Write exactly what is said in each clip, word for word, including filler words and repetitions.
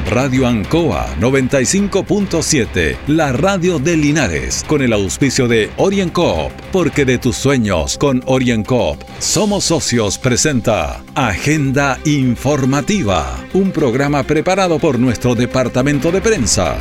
Radio Ancoa noventa y cinco punto siete, la radio de Linares, con el auspicio de OrienCoop, porque de tus sueños con OrienCoop somos socios, presenta Agenda Informativa, un programa preparado por nuestro departamento de prensa.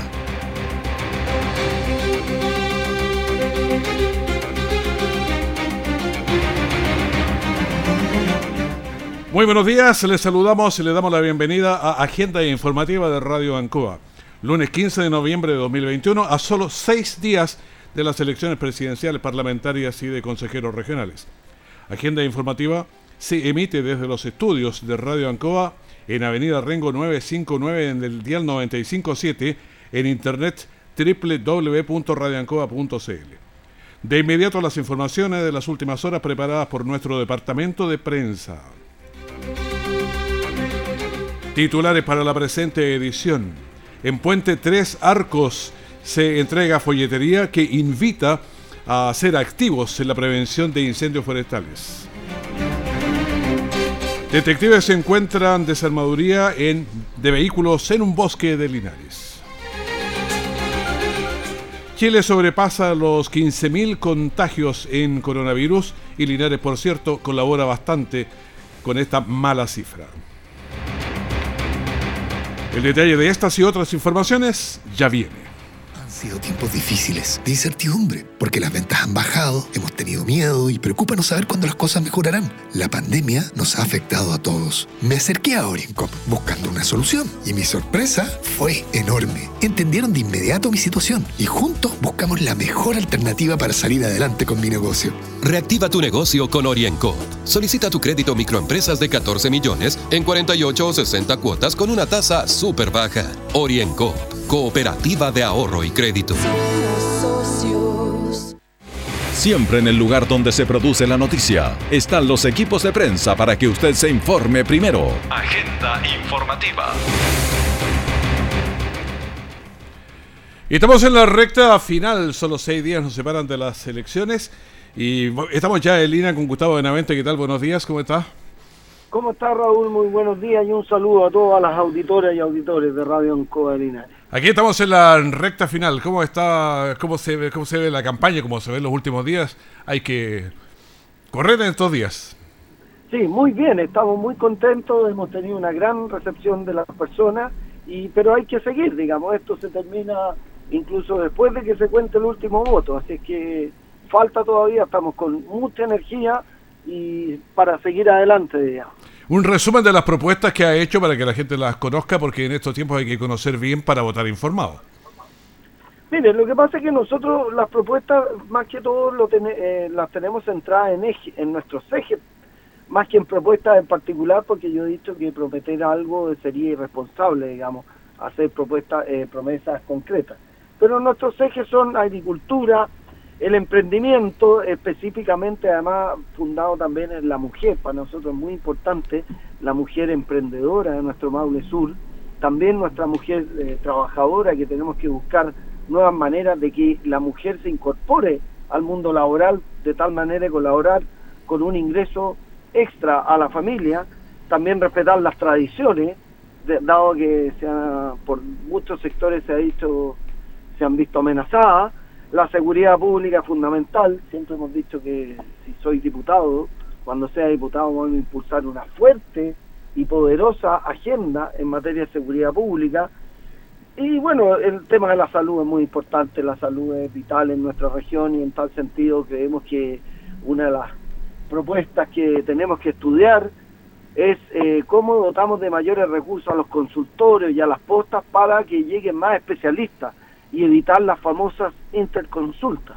Muy buenos días, les saludamos y les damos la bienvenida a Agenda Informativa de Radio Ancoa. Lunes quince de noviembre de dos mil veintiuno, a solo seis días de las elecciones presidenciales, parlamentarias y de consejeros regionales. Agenda Informativa se emite desde los estudios de Radio Ancoa en Avenida Rengo novecientos cincuenta y nueve en el dial noventa y cinco punto siete, en internet doble u doble u doble u punto radio ancoa punto c l. De inmediato las informaciones de las últimas horas preparadas por nuestro departamento de prensa. Titulares para la presente edición. En Puente Tres Arcos se entrega folletería que invita a ser activos en la prevención de incendios forestales. Detectives encuentran desarmaduría en, de vehículos en un bosque de Linares. Chile sobrepasa los quince mil contagios en coronavirus y Linares, por cierto, colabora bastante con esta mala cifra. El detalle de estas y otras informaciones ya viene. Han sido tiempos difíciles, de incertidumbre, porque las ventas han bajado, hemos tenido miedo y preocupa no saber cuándo las cosas mejorarán. La pandemia nos ha afectado a todos. Me acerqué a OrienCoop buscando una solución y mi sorpresa fue enorme. Entendieron de inmediato mi situación y juntos buscamos la mejor alternativa para salir adelante con mi negocio. Reactiva tu negocio con OrienCoop. Solicita tu crédito microempresas de catorce millones en cuarenta y ocho o sesenta cuotas con una tasa súper baja. OrienCoop, cooperativa de ahorro y crédito. Siempre en el lugar donde se produce la noticia están los equipos de prensa para que usted se informe primero. Agenda Informativa. Y estamos en la recta final, solo seis días nos separan de las elecciones y estamos ya en línea con Gustavo Benavente. ¿Qué tal? Buenos días, ¿cómo está? ¿Cómo está, Raúl? Muy buenos días y un saludo a todas las auditoras y auditores de Radio Ancoa de Linares. Aquí estamos en la recta final. ¿Cómo está, cómo se ve, cómo se ve la campaña, cómo se ve en los últimos días? Hay que correr en estos días. Sí, muy bien, estamos muy contentos, hemos tenido una gran recepción de las personas, y pero hay que seguir, digamos, esto se termina incluso después de que se cuente el último voto, así que falta todavía, estamos con mucha energía y para seguir adelante, digamos. Un resumen de las propuestas que ha hecho para que la gente las conozca, porque en estos tiempos hay que conocer bien para votar informado. Mire, lo que pasa es que nosotros las propuestas, más que todo, lo ten, eh, las tenemos centradas en, eje, en nuestros ejes, más que en propuestas en particular, porque yo he dicho que prometer algo sería irresponsable, digamos, hacer propuestas, eh, promesas concretas. Pero nuestros ejes son agricultura, el emprendimiento, específicamente además fundado también en la mujer, para nosotros es muy importante la mujer emprendedora de nuestro Maule Sur, también nuestra mujer eh, trabajadora, que tenemos que buscar nuevas maneras de que la mujer se incorpore al mundo laboral, de tal manera de colaborar con un ingreso extra a la familia, también respetar las tradiciones, de, dado que se ha, por muchos sectores se ha dicho, se han visto amenazadas. La seguridad pública es fundamental, siempre hemos dicho que si soy diputado, cuando sea diputado vamos a impulsar una fuerte y poderosa agenda en materia de seguridad pública. Y bueno, el tema de la salud es muy importante, la salud es vital en nuestra región y en tal sentido creemos que una de las propuestas que tenemos que estudiar es eh, cómo dotamos de mayores recursos a los consultorios y a las postas para que lleguen más especialistas y evitar las famosas interconsultas.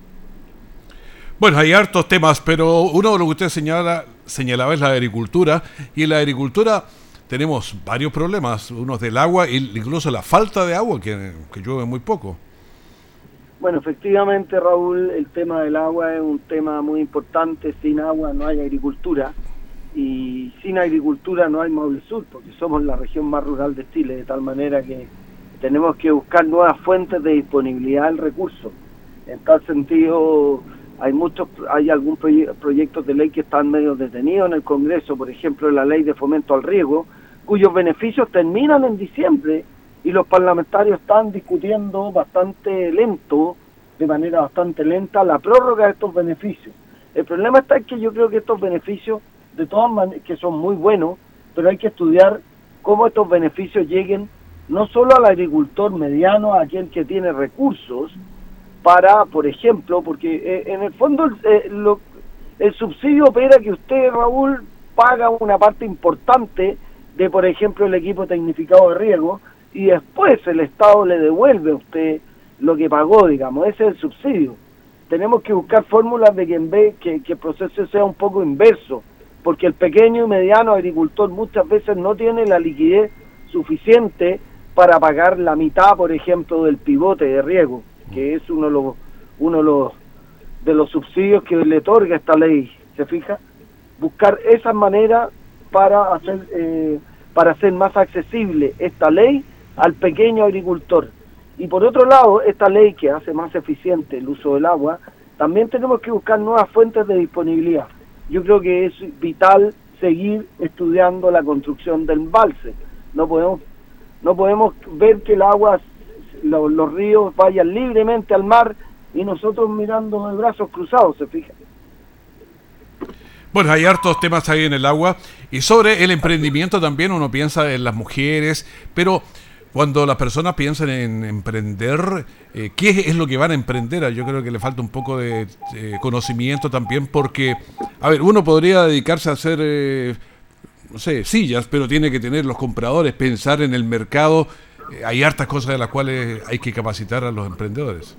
Bueno, hay hartos temas, pero uno de lo que usted señala, señalaba es la agricultura, y en la agricultura tenemos varios problemas, unos del agua e incluso la falta de agua, que, que llueve muy poco. Bueno, efectivamente, Raúl, el tema del agua es un tema muy importante. Sin agua no hay agricultura, y sin agricultura no hay Maule Sur, porque somos la región más rural de Chile, de tal manera que tenemos que buscar nuevas fuentes de disponibilidad del recurso. En tal sentido, hay muchos, hay algún proye- proyectos de ley que están medio detenidos en el Congreso, por ejemplo, la ley de fomento al riego, cuyos beneficios terminan en diciembre y los parlamentarios están discutiendo bastante lento, de manera bastante lenta, la prórroga de estos beneficios. El problema está en que yo creo que estos beneficios, de todas maneras, que son muy buenos, pero hay que estudiar cómo estos beneficios lleguen no solo al agricultor mediano, a aquel que tiene recursos, para, por ejemplo, porque eh, en el fondo eh, lo, el subsidio opera que usted, Raúl, paga una parte importante de, por ejemplo, el equipo tecnificado de riego, y después el Estado le devuelve a usted lo que pagó, digamos. Ese es el subsidio. Tenemos que buscar fórmulas de que en vez que, que el proceso sea un poco inverso, porque el pequeño y mediano agricultor muchas veces no tiene la liquidez suficiente para pagar la mitad, por ejemplo, del pivote de riego, que es uno de los, uno de los, de los subsidios que le otorga esta ley, ¿se fija? Buscar esas maneras para hacer, eh, para hacer más accesible esta ley al pequeño agricultor. Y por otro lado, esta ley que hace más eficiente el uso del agua, también tenemos que buscar nuevas fuentes de disponibilidad. Yo creo que es vital seguir estudiando la construcción del embalse. No podemos, no podemos ver que el agua, lo, los ríos vayan libremente al mar y nosotros mirando de brazos cruzados, ¿se fijan? Bueno, hay hartos temas ahí en el agua. Y sobre el emprendimiento también uno piensa en las mujeres, pero cuando las personas piensan en emprender, eh, ¿qué es lo que van a emprender? Yo creo que le falta un poco de eh, conocimiento también, porque, a ver, uno podría dedicarse a hacer, eh, no sé, sillas, pero tiene que tener los compradores, pensar en el mercado. Eh, hay hartas cosas de las cuales hay que capacitar a los emprendedores.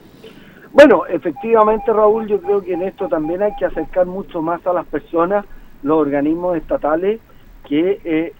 Bueno, efectivamente, Raúl, yo creo que en esto también hay que acercar mucho más a las personas, los organismos estatales, que eh,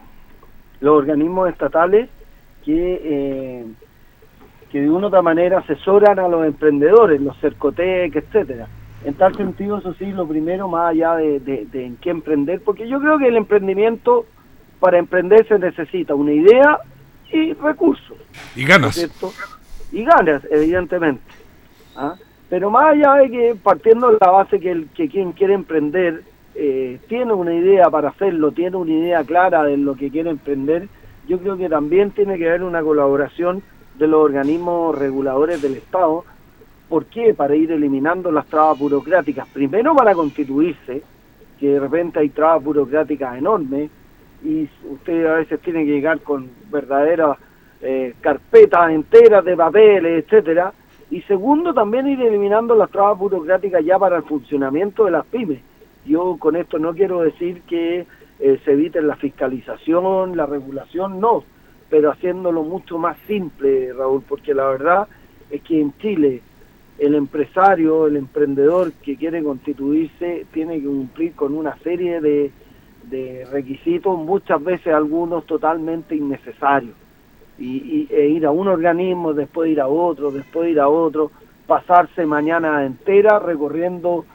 los organismos estatales que, eh, que de una u otra manera asesoran a los emprendedores, los Cercotec, etcétera. En tal sentido, eso sí, lo primero, más allá de, de, de en qué emprender, porque yo creo que el emprendimiento, para emprender se necesita una idea y recursos. Y ganas. ¿Cierto? Y ganas, evidentemente. ¿Ah? Pero más allá de que, partiendo de la base que, el, que quien quiere emprender eh, tiene una idea para hacerlo, tiene una idea clara de lo que quiere emprender, yo creo que también tiene que haber una colaboración de los organismos reguladores del Estado. ¿Por qué? Para ir eliminando las trabas burocráticas. Primero para constituirse, que de repente hay trabas burocráticas enormes, y usted a veces tiene que llegar con verdaderas eh, carpetas enteras de papeles, etcétera. Y segundo, también ir eliminando las trabas burocráticas ya para el funcionamiento de las pymes. Yo con esto no quiero decir que eh, se evite la fiscalización, la regulación, no, pero haciéndolo mucho más simple, Raúl, porque la verdad es que en Chile el empresario, el emprendedor que quiere constituirse tiene que cumplir con una serie de, de requisitos, muchas veces algunos totalmente innecesarios. Y, y e ir a un organismo, después ir a otro, después ir a otro, pasarse mañana entera recorriendo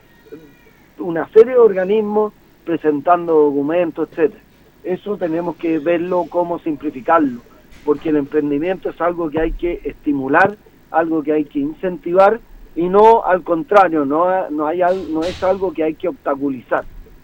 una serie de organismos, presentando documentos, etcétera. Eso tenemos que verlo, cómo simplificarlo, porque el emprendimiento es algo que hay que estimular, algo que hay que incentivar, y no al contrario, no, no, hay, no es algo que hay que obstaculizar.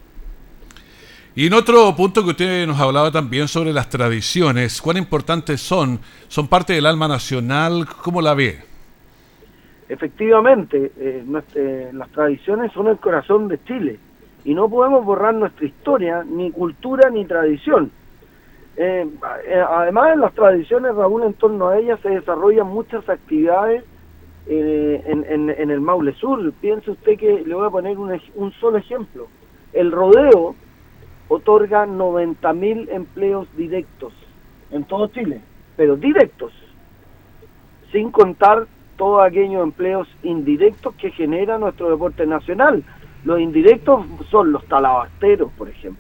Y en otro punto que usted nos hablaba también sobre las tradiciones, ¿cuán importantes son? ¿Son parte del alma nacional? ¿Cómo la ve? Efectivamente, eh, nuestra, eh, las tradiciones son el corazón de Chile y no podemos borrar nuestra historia, ni cultura, ni tradición. Eh, eh, además, en las tradiciones, Raúl, en torno a ellas se desarrollan muchas actividades eh, en, en, en el Maule Sur. Piense usted que, le voy a poner un, un solo ejemplo, el rodeo otorga noventa mil empleos directos en todo Chile, pero directos, sin contar todos aquellos empleos indirectos que genera nuestro deporte nacional. Los indirectos son los talabarteros, por ejemplo.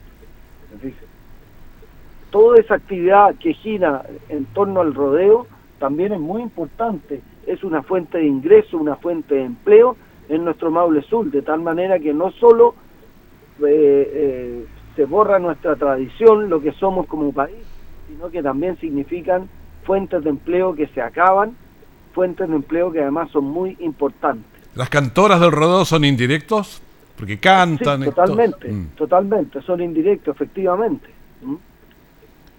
Toda esa actividad que gira en torno al rodeo también es muy importante, es una fuente de ingreso, una fuente de empleo en nuestro Maule Sur, de tal manera que no solo eh, eh, se borra nuestra tradición, lo que somos como país, sino que también significan fuentes de empleo que se acaban, fuentes de empleo que además son muy importantes. ¿Las cantoras del rodeo son indirectos? Porque cantan... Sí, totalmente, mm. totalmente, son indirectos, efectivamente. ¿Mm?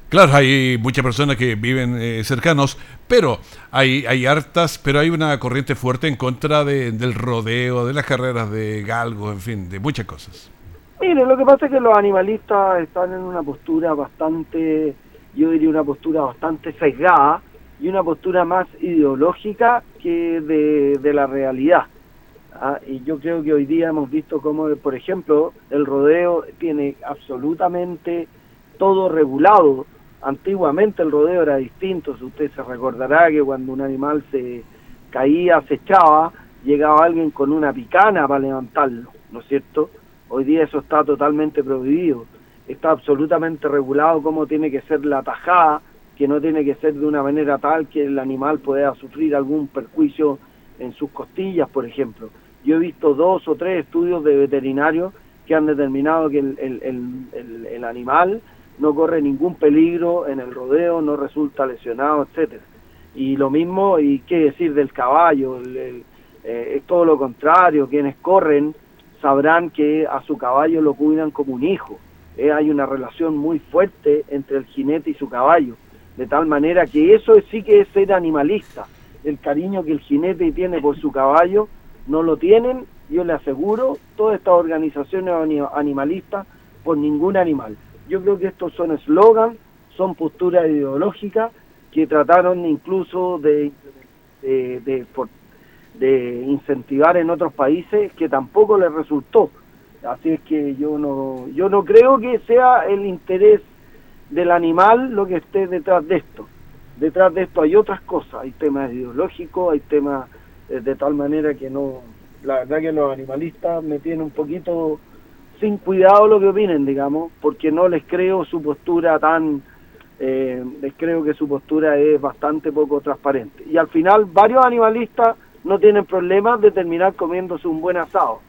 Claro, hay muchas personas que viven eh, cercanos, pero hay, hay hartas, pero hay una corriente fuerte en contra de, del rodeo, de las carreras de galgos, en fin, de muchas cosas. Mire, lo que pasa es que los animalistas están en una postura bastante, yo diría una postura bastante sesgada y una postura más ideológica que de, de la realidad. ¿Ah? Y yo creo que hoy día hemos visto cómo, por ejemplo, el rodeo tiene absolutamente todo regulado. Antiguamente el rodeo era distinto, si usted se recordará que cuando un animal se caía, se echaba, llegaba alguien con una picana para levantarlo, ¿no es cierto? Hoy día eso está totalmente prohibido, está absolutamente regulado cómo tiene que ser la tajada, que no tiene que ser de una manera tal que el animal pueda sufrir algún perjuicio en sus costillas, por ejemplo. Yo he visto dos o tres estudios de veterinarios que han determinado que el, el, el, el, el animal no corre ningún peligro en el rodeo, no resulta lesionado, etcétera. Y lo mismo, y qué decir del caballo, el, el, eh, es todo lo contrario, quienes corren sabrán que a su caballo lo cuidan como un hijo. Eh, hay una relación muy fuerte entre el jinete y su caballo, de tal manera que eso sí que es ser animalista. El cariño que el jinete tiene por su caballo no lo tienen, yo le aseguro, todas estas organizaciones animalistas por ningún animal. Yo creo que estos son eslogan, son posturas ideológicas que trataron incluso de, de, de, de incentivar en otros países que tampoco les resultó. Así es que yo no, yo no creo que sea el interés del animal lo que esté detrás de esto. Detrás de esto hay otras cosas, hay temas ideológicos, hay temas eh, de tal manera que no, la verdad que los animalistas me tienen un poquito sin cuidado lo que opinen, digamos, porque no les creo su postura tan, eh, les creo que su postura es bastante poco transparente. Y al final varios animalistas no tienen problemas de terminar comiéndose un buen asado.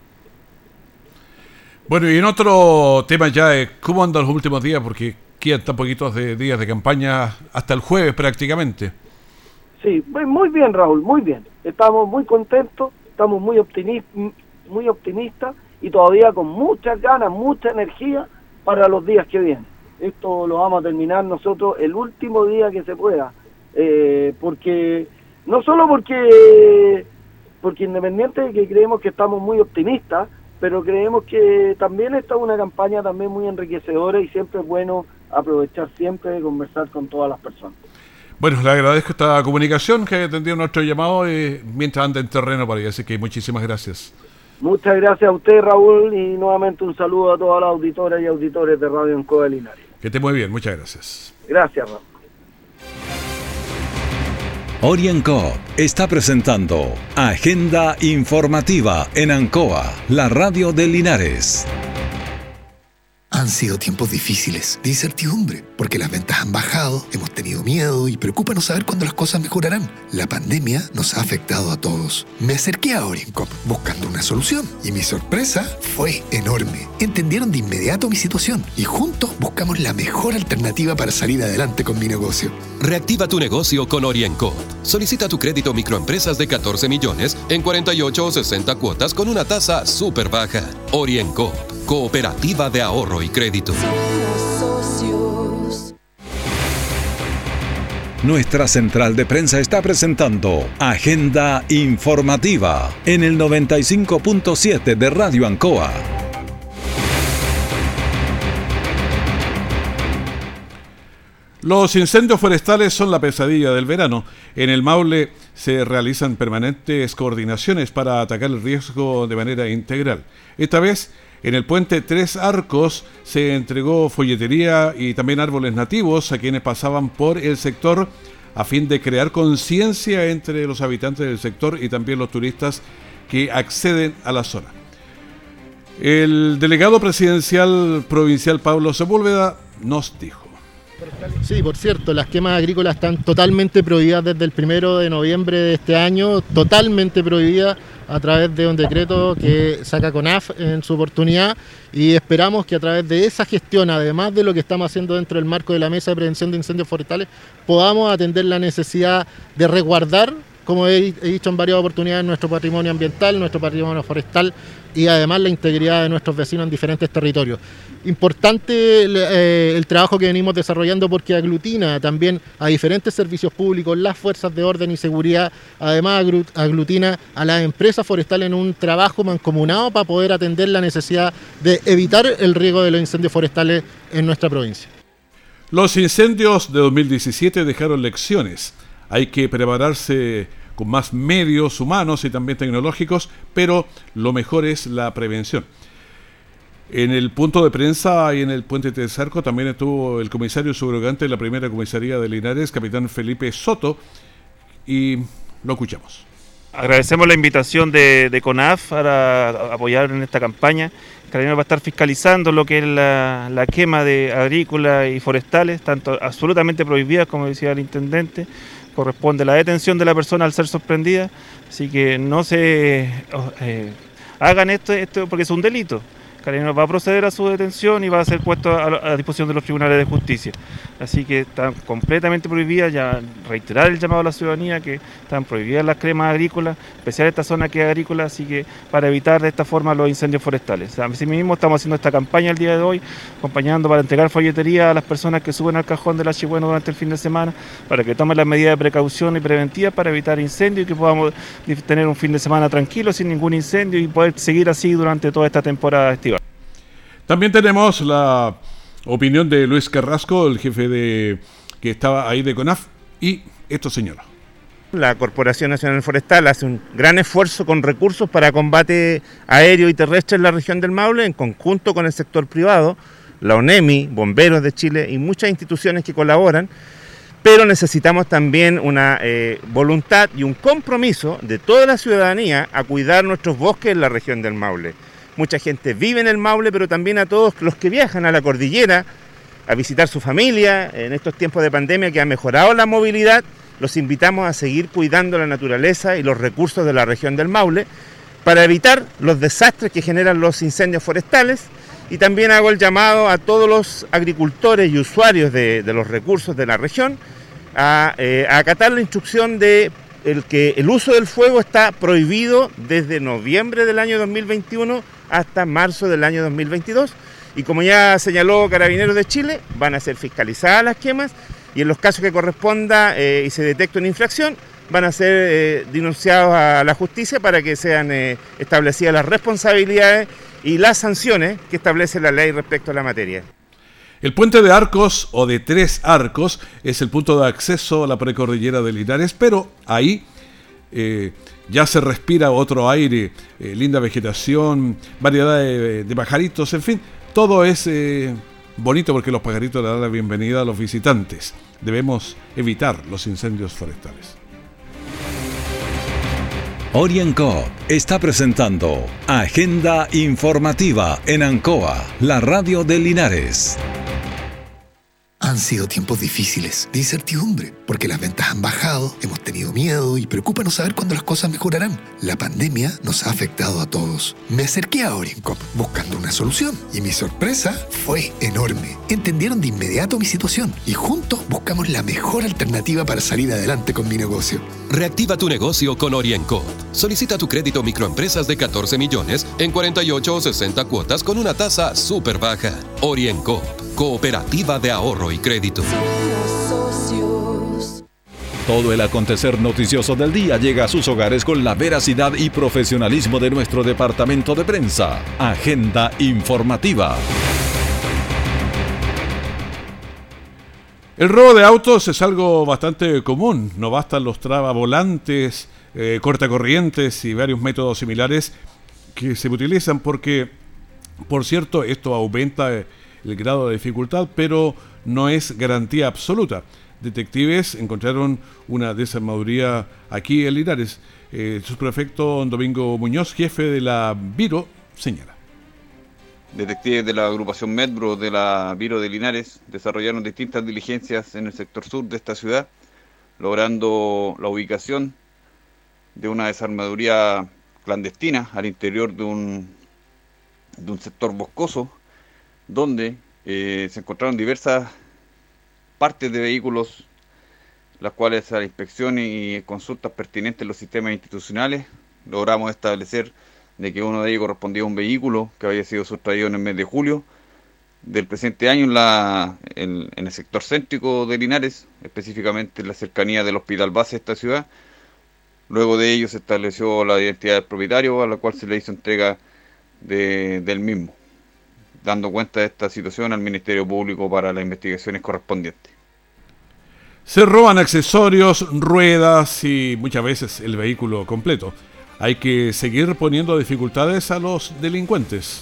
Bueno, y en otro tema ya, ¿cómo andan los últimos días? Porque quedan tan poquitos de días de campaña hasta el jueves prácticamente. Sí, muy bien, Raúl, muy bien. Estamos muy contentos, estamos muy optimistas, muy optimistas y todavía con muchas ganas, mucha energía para los días que vienen. Esto lo vamos a terminar nosotros el último día que se pueda, eh, porque no solo porque porque independiente de que creemos que estamos muy optimistas, pero creemos que también esta es una campaña también muy enriquecedora y siempre es bueno aprovechar siempre de conversar con todas las personas. Bueno, le agradezco esta comunicación que haya atendido nuestro llamado eh, mientras anda en terreno para allá, así que muchísimas gracias. Muchas gracias a usted, Raúl, y nuevamente un saludo a todas las auditoras y auditores de Radio Ancoa de Linares. Que esté muy bien, muchas gracias. Gracias, Raúl. OrienCoop está presentando Agenda Informativa en Ancoa, la radio de Linares. Han sido tiempos difíciles, de incertidumbre, porque las ventas han bajado, hemos tenido miedo y preocupa no saber cuándo las cosas mejorarán. La pandemia nos ha afectado a todos. Me acerqué a OrienCoop buscando una solución y mi sorpresa fue enorme. Entendieron de inmediato mi situación y juntos buscamos la mejor alternativa para salir adelante con mi negocio. Reactiva tu negocio con OrienCoop. Solicita tu crédito microempresas de catorce millones en cuarenta y ocho o sesenta cuotas con una tasa súper baja. OrienCoop, cooperativa de ahorro y crédito. Nuestra central de prensa está presentando Agenda Informativa en el noventa y cinco punto siete de Radio Ancoa. Los incendios forestales son la pesadilla del verano. En el Maule se realizan permanentes coordinaciones para atacar el riesgo de manera integral. Esta vez, en el puente Tres Arcos se entregó folletería y también árboles nativos a quienes pasaban por el sector a fin de crear conciencia entre los habitantes del sector y también los turistas que acceden a la zona. El delegado presidencial provincial Pablo Sepúlveda nos dijo. Sí, por cierto, las quemas agrícolas están totalmente prohibidas desde el primero de noviembre de este año, totalmente prohibidas a través de un decreto que saca CONAF en su oportunidad, y esperamos que a través de esa gestión, además de lo que estamos haciendo dentro del marco de la Mesa de Prevención de Incendios Forestales, podamos atender la necesidad de resguardar como he, he dicho en varias oportunidades, nuestro patrimonio ambiental, nuestro patrimonio forestal y además la integridad de nuestros vecinos en diferentes territorios. Importante el, eh, el trabajo que venimos desarrollando porque aglutina también a diferentes servicios públicos, las fuerzas de orden y seguridad, además aglutina a las empresas forestales en un trabajo mancomunado para poder atender la necesidad de evitar el riesgo de los incendios forestales en nuestra provincia. Los incendios de dos mil diecisiete dejaron lecciones. Hay que prepararse con más medios humanos y también tecnológicos, pero lo mejor es la prevención. En el punto de prensa y en el puente de Zarco también estuvo el comisario subrogante de la primera comisaría de Linares, capitán Felipe Soto, y lo escuchamos. Agradecemos la invitación de, de CONAF para apoyar en esta campaña. Carabineros va a estar fiscalizando lo que es la, la quema de agrícolas y forestales, tanto absolutamente prohibidas, como decía el intendente. Corresponde la detención de la persona al ser sorprendida, así que no se eh, hagan esto, esto porque es un delito. Carabineros va a proceder a su detención y va a ser puesto a, a disposición de los tribunales de justicia. Así que están completamente prohibidas, ya reiterar el llamado a la ciudadanía que están prohibidas las cremas agrícolas, especial esta zona que es agrícola, así que para evitar de esta forma los incendios forestales. Así mismo estamos haciendo esta campaña el día de hoy, acompañando para entregar folletería a las personas que suben al cajón del Achigüeno durante el fin de semana, para que tomen las medidas de precaución y preventivas para evitar incendios y que podamos tener un fin de semana tranquilo, sin ningún incendio y poder seguir así durante toda esta temporada estival. También tenemos la opinión de Luis Carrasco, el jefe de que estaba ahí de CONAF, y esto señala. La Corporación Nacional Forestal hace un gran esfuerzo con recursos para combate aéreo y terrestre en la región del Maule, en conjunto con el sector privado, la ONEMI, Bomberos de Chile y muchas instituciones que colaboran, pero necesitamos también una eh, voluntad y un compromiso de toda la ciudadanía a cuidar nuestros bosques en la región del Maule. Mucha gente vive en el Maule, pero también a todos los que viajan a la cordillera a visitar su familia en estos tiempos de pandemia que ha mejorado la movilidad. Los invitamos a seguir cuidando la naturaleza y los recursos de la región del Maule para evitar los desastres que generan los incendios forestales. Y también hago el llamado a todos los agricultores y usuarios de, de los recursos de la región a, eh, a acatar la instrucción de el que el uso del fuego está prohibido desde noviembre del año dos mil veintiuno hasta marzo del año dos mil veintidós. Y como ya señaló Carabineros de Chile, van a ser fiscalizadas las quemas y en los casos que corresponda eh, y se detecte una infracción, van a ser eh, denunciados a la justicia para que sean eh, establecidas las responsabilidades y las sanciones que establece la ley respecto a la materia. El puente de Arcos o de Tres Arcos es el punto de acceso a la precordillera de Linares, pero ahí eh, ya se respira otro aire, eh, linda vegetación, variedad de, de pajaritos, en fin, todo es eh, bonito porque los pajaritos le dan la bienvenida a los visitantes. Debemos evitar los incendios forestales. OrienCoop está presentando Agenda Informativa en Ancoa, la radio de Linares. Han sido tiempos difíciles, de incertidumbre, porque las ventas han bajado, hemos tenido miedo y preocupa no saber cuándo las cosas mejorarán. La pandemia nos ha afectado a todos. Me acerqué a OrienCoop buscando una solución y mi sorpresa fue enorme. Entendieron de inmediato mi situación y juntos buscamos la mejor alternativa para salir adelante con mi negocio. Reactiva tu negocio con OrienCoop. Solicita tu crédito microempresas de catorce millones en cuarenta y ocho o sesenta cuotas con una tasa súper baja. OrienCoop, cooperativa de ahorro y crédito. Todo el acontecer noticioso del día llega a sus hogares con la veracidad y profesionalismo de nuestro departamento de prensa. Agenda Informativa. El robo de autos es algo bastante común. No bastan los trabavolantes, eh, cortacorrientes y varios métodos similares que se utilizan porque, por cierto, esto aumenta el grado de dificultad, pero no es garantía absoluta. Detectives encontraron una desarmaduría aquí en Linares. Eh, el subprefecto don Domingo Muñoz, jefe de la Biro, señala. Detectives de la agrupación Medbro de la Biro de Linares desarrollaron distintas diligencias en el sector sur de esta ciudad, logrando la ubicación de una desarmaduría clandestina al interior de un, de un sector boscoso, donde eh, se encontraron diversas partes de vehículos las cuales a la inspección y consultas pertinentes en los sistemas institucionales logramos establecer de que uno de ellos correspondía a un vehículo que había sido sustraído en el mes de julio del presente año en, la, en, en el sector céntrico de Linares, específicamente en la cercanía del hospital base de esta ciudad. Luego de ello se estableció la identidad del propietario, a la cual se le hizo entrega de, del mismo, dando cuenta de esta situación al Ministerio Público para las investigaciones correspondientes. Se roban accesorios, ruedas y muchas veces el vehículo completo. Hay que seguir poniendo dificultades a los delincuentes.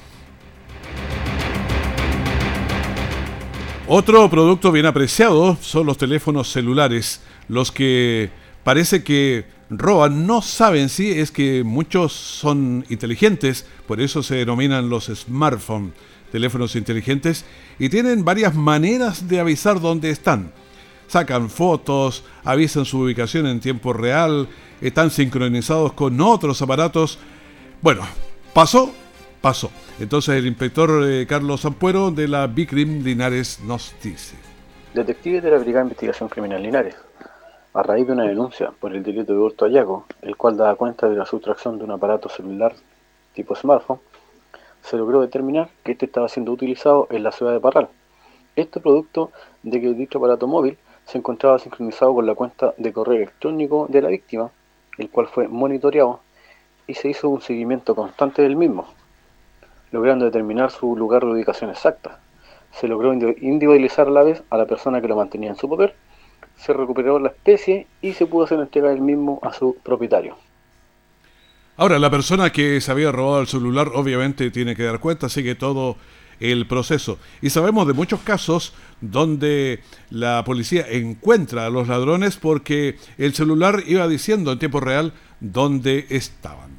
Otro producto bien apreciado son los teléfonos celulares. Los que parece que roban no saben si es que muchos son inteligentes, por eso se denominan los smartphones, teléfonos inteligentes, y tienen varias maneras de avisar dónde están. Sacan fotos, avisan su ubicación en tiempo real, están sincronizados con otros aparatos. Bueno, pasó, pasó. Entonces el inspector eh, Carlos Ampuero de la BICRIM Linares nos dice. Detectives de la Brigada de Investigación Criminal Linares, a raíz de una denuncia por el delito de hurto hallazgo, el cual daba cuenta de la sustracción de un aparato celular tipo smartphone, se logró determinar que este estaba siendo utilizado en la ciudad de Parral. Este producto de que dicho aparato móvil se encontraba sincronizado con la cuenta de correo electrónico de la víctima, el cual fue monitoreado y se hizo un seguimiento constante del mismo, logrando determinar su lugar de ubicación exacta. Se logró individualizar a la vez a la persona que lo mantenía en su poder, se recuperó la especie y se pudo hacer entrega del mismo a su propietario. Ahora, la persona que se había robado el celular obviamente tiene que dar cuenta, sigue todo el proceso. Y sabemos de muchos casos donde la policía encuentra a los ladrones porque el celular iba diciendo en tiempo real dónde estaban.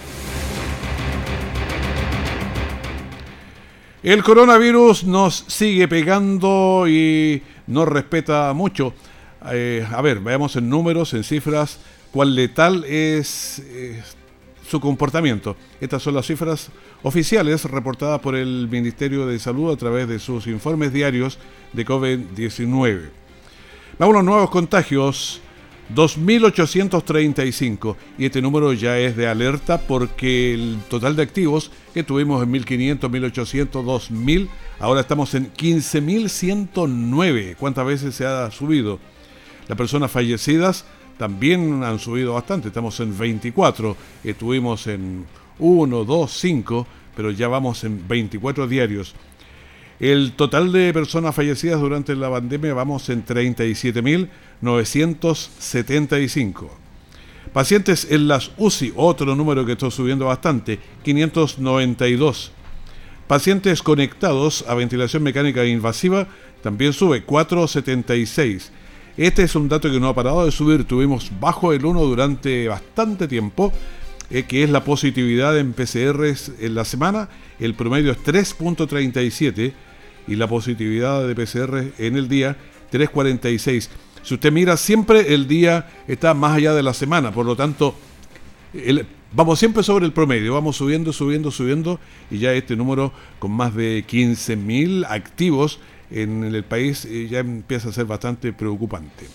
El coronavirus nos sigue pegando y nos respeta mucho. Eh, a ver, veamos en números, en cifras, cuán letal es eh, su comportamiento. Estas son las cifras oficiales reportadas por el Ministerio de Salud a través de sus informes diarios de COVID diecinueve. Vamos a los nuevos contagios, dos mil ochocientos treinta y cinco, y este número ya es de alerta porque el total de activos que tuvimos en mil quinientos, mil ochocientos, dos mil, ahora estamos en quince mil ciento nueve. ¿Cuántas veces se ha subido? Las personas fallecidas también han subido bastante, estamos en veinticuatro, estuvimos en uno, dos, cinco, pero ya vamos en veinticuatro diarios. El total de personas fallecidas durante la pandemia vamos en treinta y siete mil novecientos setenta y cinco. Pacientes en las U C I, otro número que está subiendo bastante, quinientos noventa y dos. Pacientes conectados a ventilación mecánica invasiva también sube, cuatrocientos setenta y seis. Este es un dato que no ha parado de subir. Tuvimos bajo el uno durante bastante tiempo, eh, que es la positividad en P C Rs en la semana. El promedio es tres punto treinta y siete y la positividad de P C R en el día tres punto cuarenta y seis. Si usted mira, siempre el día está más allá de la semana, por lo tanto, el, vamos siempre sobre el promedio, vamos subiendo, subiendo, subiendo, y ya este número con más de quince mil activos en el país eh, ya empieza a ser bastante preocupante.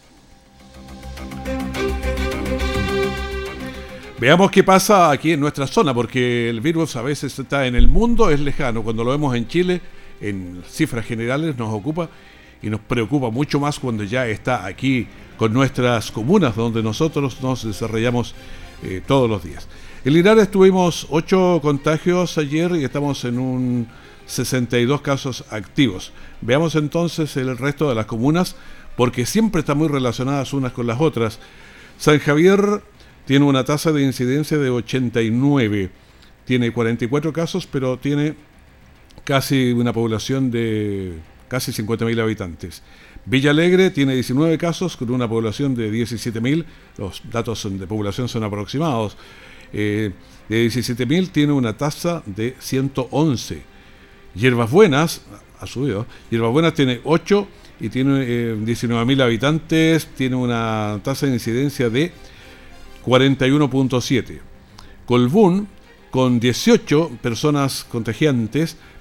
Veamos qué pasa aquí en nuestra zona, porque el virus a veces está en el mundo, es lejano. Cuando lo vemos en Chile, en cifras generales nos ocupa y nos preocupa mucho más cuando ya está aquí con nuestras comunas, donde nosotros nos desarrollamos eh, todos los días. En Linares tuvimos ocho contagios ayer y estamos en un sesenta y dos casos activos. Veamos entonces el resto de las comunas, porque siempre están muy relacionadas unas con las otras. San Javier tiene una tasa de incidencia de ochenta y nueve, tiene cuarenta y cuatro casos, pero tiene casi una población de casi cincuenta mil habitantes. Villa Alegre tiene diecinueve casos con una población de diecisiete mil, los datos son de población son aproximados. Eh, de diecisiete mil tiene una tasa de ciento once. Hierbas Buenas, ha subido, Hierbas Buenas tiene ocho y tiene eh, diecinueve mil habitantes, tiene una tasa de incidencia de cuarenta y uno punto siete. Colbún, con dieciocho personas contagiantes,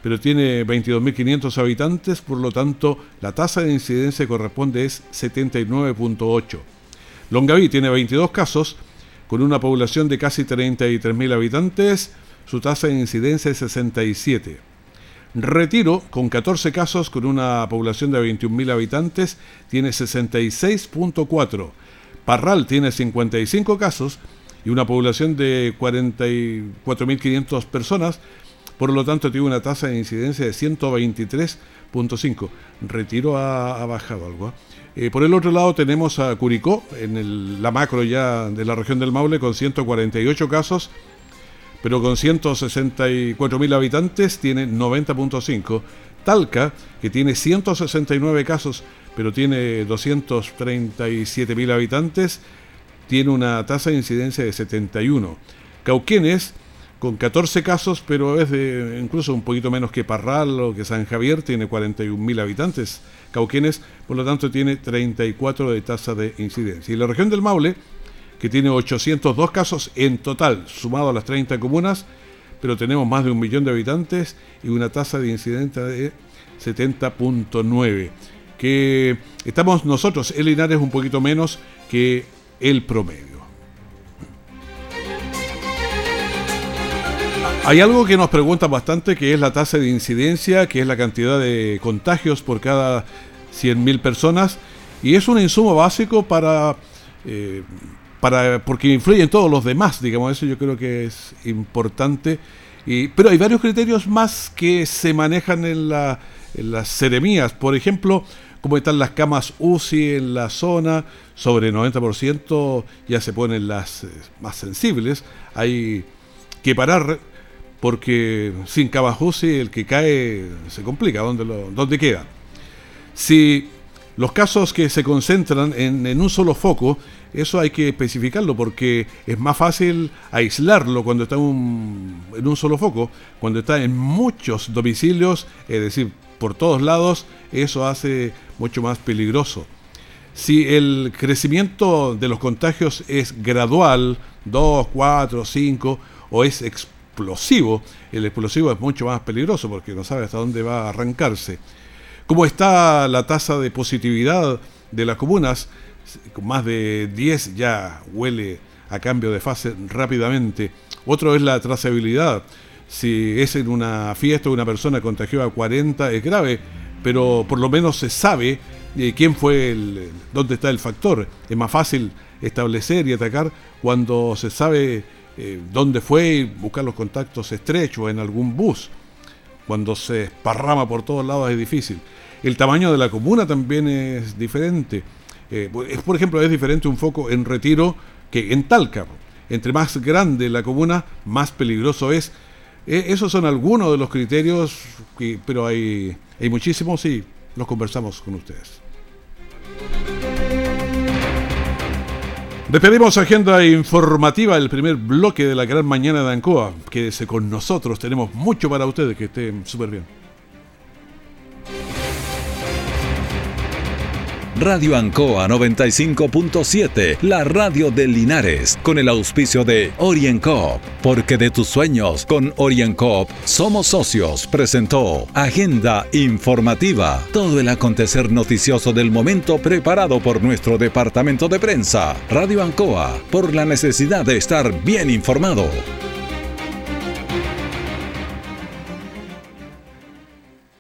pero tiene veintidós mil quinientos habitantes, por lo tanto la tasa de incidencia corresponde es setenta y nueve punto ocho. Longaví tiene veintidós casos, con una población de casi treinta y tres mil habitantes, su tasa de incidencia es sesenta y siete. Retiro, con catorce casos, con una población de veintiún mil habitantes, tiene sesenta y seis punto cuatro. Parral tiene cincuenta y cinco casos y una población de cuarenta y cuatro mil quinientas personas, por lo tanto tiene una tasa de incidencia de ciento veintitrés punto cinco. Retiro ha, ha bajado algo, ¿eh? Eh, por el otro lado tenemos a Curicó, en el, la macro ya de la región del Maule, con ciento cuarenta y ocho casos, pero con ciento sesenta y cuatro mil habitantes, tiene noventa punto cinco. Talca, que tiene ciento sesenta y nueve casos, pero tiene doscientos treinta y siete mil habitantes, tiene una tasa de incidencia de setenta y uno. Cauquenes, con catorce casos, pero es de incluso un poquito menos que Parral o que San Javier, tiene cuarenta y un mil habitantes. Cauquenes, por lo tanto, tiene treinta y cuatro de tasa de incidencia. Y la región del Maule, que tiene ochocientos dos casos en total, sumado a las treinta comunas, pero tenemos más de un millón de habitantes y una tasa de incidencia de setenta punto nueve. Que estamos nosotros, en Linares, un poquito menos que el promedio. Hay algo que nos preguntan bastante, que es la tasa de incidencia, que es la cantidad de contagios por cada cien mil personas, y es un insumo básico para, eh, para porque influye en todos los demás, digamos, eso yo creo que es importante, y, pero hay varios criterios más que se manejan en, la, en las seremías, por ejemplo, cómo están las camas U C I en la zona, sobre el noventa por ciento ya se ponen las eh, más sensibles, hay que parar, porque sin camas U C I el que cae se complica, ¿dónde, lo, dónde queda? Si los casos que se concentran en, en un solo foco, eso hay que especificarlo, porque es más fácil aislarlo cuando está un, en un solo foco. Cuando está en muchos domicilios, es decir, por todos lados, eso hace mucho más peligroso. Si el crecimiento de los contagios es gradual, dos, cuatro, cinco, o es explosivo, el explosivo es mucho más peligroso porque no sabe hasta dónde va a arrancarse. ¿Cómo está la tasa de positividad de las comunas? Con más de diez ya huele a cambio de fase rápidamente. Otro es la trazabilidad. Si es en una fiesta una persona contagió a cuarenta, es grave, pero por lo menos se sabe eh, quién fue, el, dónde está el factor. Es más fácil establecer y atacar cuando se sabe eh, dónde fue y buscar los contactos estrechos en algún bus. Cuando se esparrama por todos lados es difícil. El tamaño de la comuna también es diferente. Eh, por ejemplo, es diferente un foco en Retiro que en Talca. Entre más grande la comuna, más peligroso es. Eh, esos son algunos de los criterios, que, pero hay, hay muchísimos y los conversamos con ustedes. Despedimos agenda informativa, el primer bloque de la gran mañana de Ancoa. Quédese con nosotros, tenemos mucho para ustedes, que estén súper bien. Radio Ancoa noventa y cinco punto siete, la radio de Linares, con el auspicio de OrienCoop, porque de tus sueños con OrienCoop somos socios, presentó Agenda Informativa, todo el acontecer noticioso del momento preparado por nuestro departamento de prensa. Radio Ancoa, por la necesidad de estar bien informado.